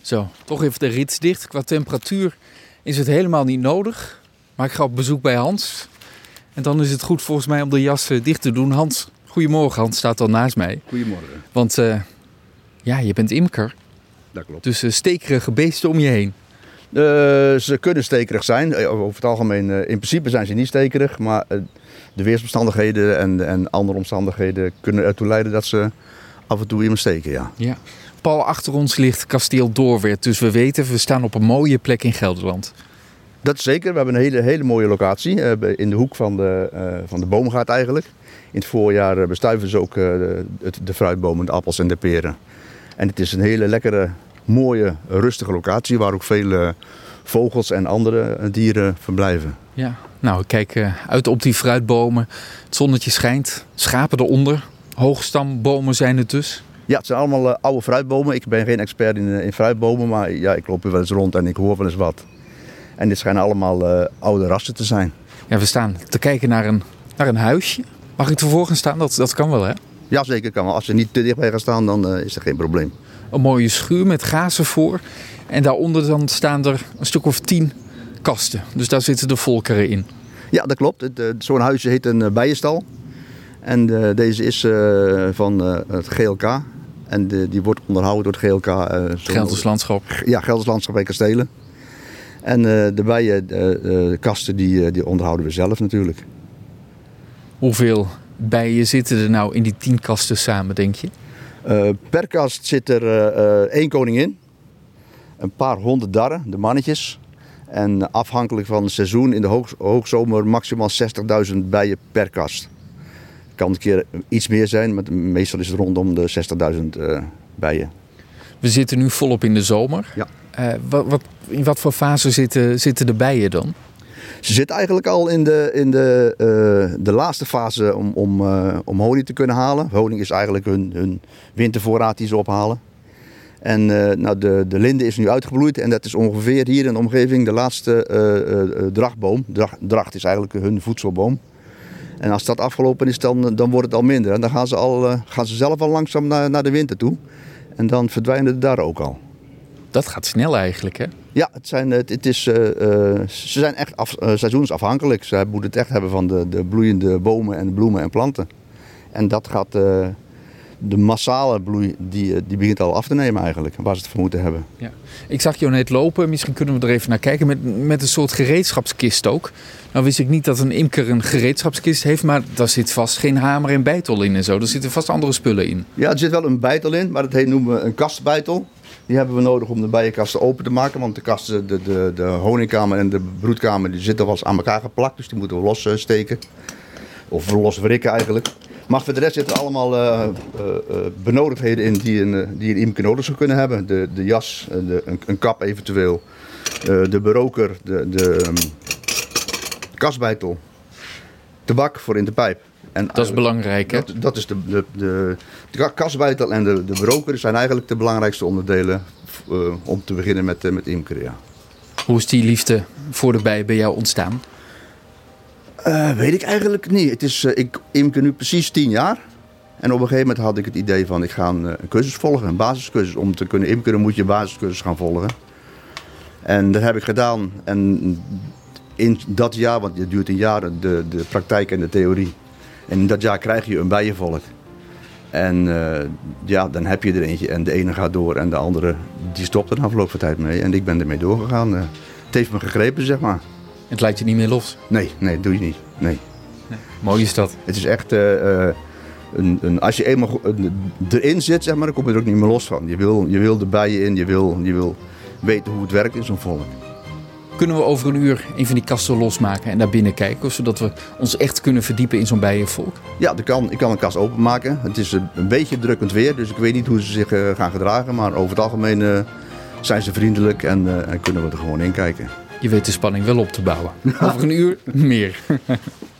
Zo, toch even de rits dicht. Qua temperatuur is het helemaal niet nodig. Maar ik ga op bezoek bij Hans. En dan is het goed volgens mij om de jas dicht te doen. Hans, goedemorgen. Hans staat al naast mij. Goedemorgen. Want je bent imker. Dat klopt. Dus stekerige beesten om je heen. Ze kunnen stekerig zijn. Over het algemeen, in principe zijn ze niet stekerig. Maar de weersomstandigheden en andere omstandigheden kunnen ertoe leiden dat ze af en toe iemand steken, ja. Ja. Paul, achter ons ligt kasteel Doorwerth. Dus we weten, we staan op een mooie plek in Gelderland. Dat is zeker. We hebben een hele mooie locatie. In de hoek van de boomgaard eigenlijk. In het voorjaar bestuiven ze ook de fruitbomen, de appels en de peren. En het is een hele lekkere, mooie, rustige locatie waar ook veel vogels en andere dieren verblijven. Ja, nou, ik kijk uit op die fruitbomen. Het zonnetje schijnt, schapen eronder. Hoogstambomen zijn het dus. Ja, het zijn allemaal oude fruitbomen. Ik ben geen expert in fruitbomen, maar ja, ik loop er wel eens rond en ik hoor wel eens wat. En dit schijnen allemaal oude rassen te zijn. Ja, we staan te kijken naar een huisje. Mag ik ervoor gaan staan? Dat kan wel, hè? Ja, zeker kan wel. Als je niet te dichtbij gaat staan, dan is er geen probleem. Een mooie schuur met gazen voor. En daaronder dan staan er een stuk of 10 kasten. Dus daar zitten de volkeren in. Ja, dat klopt. Zo'n huisje heet een bijenstal. En deze is van het GLK. En die wordt onderhouden door het GLK. Gelders Landschap. Ja, Gelders Landschap en Kastelen. En de bijenkasten die onderhouden we zelf natuurlijk. Hoeveel bijen zitten er nou in die 10 kasten samen, denk je? Per kast zit er 1 koningin. Een paar honderd darren, de mannetjes. En afhankelijk van het seizoen, in de hoogzomer maximaal 60.000 bijen per kast. Kan een keer iets meer zijn, maar meestal is het rondom de 60.000 bijen. We zitten nu volop in de zomer. Ja. In wat voor fase zitten de bijen dan? Ze zitten eigenlijk al in de laatste fase om honing te kunnen halen. Honing is eigenlijk hun wintervoorraad die ze ophalen. En de linde is nu uitgebloeid en dat is ongeveer hier in de omgeving de laatste drachtboom. Dracht is eigenlijk hun voedselboom. En als dat afgelopen is, dan wordt het al minder. En dan gaan ze zelf al langzaam naar de winter toe. En dan verdwijnen de darren ook al. Dat gaat snel eigenlijk, hè? Ja, ze zijn echt seizoensafhankelijk. Ze moeten het echt hebben van de bloeiende bomen en bloemen en planten. En dat gaat, de massale bloei, die begint al af te nemen eigenlijk, waar ze het voor moeten hebben. Ja. Ik zag jou net lopen, misschien kunnen we er even naar kijken, met een soort gereedschapskist ook. Nou wist ik niet dat een imker een gereedschapskist heeft, maar daar zit vast geen hamer en beitel in en zo. Er zitten vast andere spullen in. Ja, er zit wel een beitel in, maar dat noemen we een kastbeitel. Die hebben we nodig om de bijenkasten open te maken, want de kasten, de honingkamer en de broedkamer, die zitten wel eens aan elkaar geplakt, dus die moeten we lossteken. Of loswrikken eigenlijk. Maar voor de rest zitten er allemaal benodigdheden in die een imker nodig zou kunnen hebben. De jas, een kap eventueel, de beroker, de kastbeitel, tabak voor in de pijp. En dat is belangrijk, hè? Dat is de kastbeitel en de beroker zijn eigenlijk de belangrijkste onderdelen om te beginnen met imkeren. Ja. Hoe is die liefde voor de bij jou ontstaan? Weet ik eigenlijk niet. Ik imker nu precies 10 jaar. En op een gegeven moment had ik het idee van ik ga een cursus volgen, een basiscursus. Om te kunnen imkeren moet je een basiscursus gaan volgen. En dat heb ik gedaan. En in dat jaar, want het duurt een jaar, de praktijk en de theorie. En in dat jaar krijg je een bijenvolk. En dan heb je er eentje en de ene gaat door en de andere die stopt er na verloop van tijd mee. En ik ben ermee doorgegaan. Het heeft me gegrepen, zeg maar. Het lijkt je niet meer los? Nee, doe je niet. Nee. Mooi is dat. Het is echt, als je eenmaal erin zit, zeg maar, dan kom je er ook niet meer los van. Je wil de bijen in, je wil weten hoe het werkt in zo'n volk. Kunnen we over een uur een van die kasten losmaken en daar binnen kijken, zodat we ons echt kunnen verdiepen in zo'n bijenvolk? Ja, ik kan een kast openmaken. Het is een beetje drukkend weer, dus ik weet niet hoe ze zich gaan gedragen. Maar over het algemeen zijn ze vriendelijk en kunnen we er gewoon in kijken. Je weet de spanning wel op te bouwen. Over een uur meer.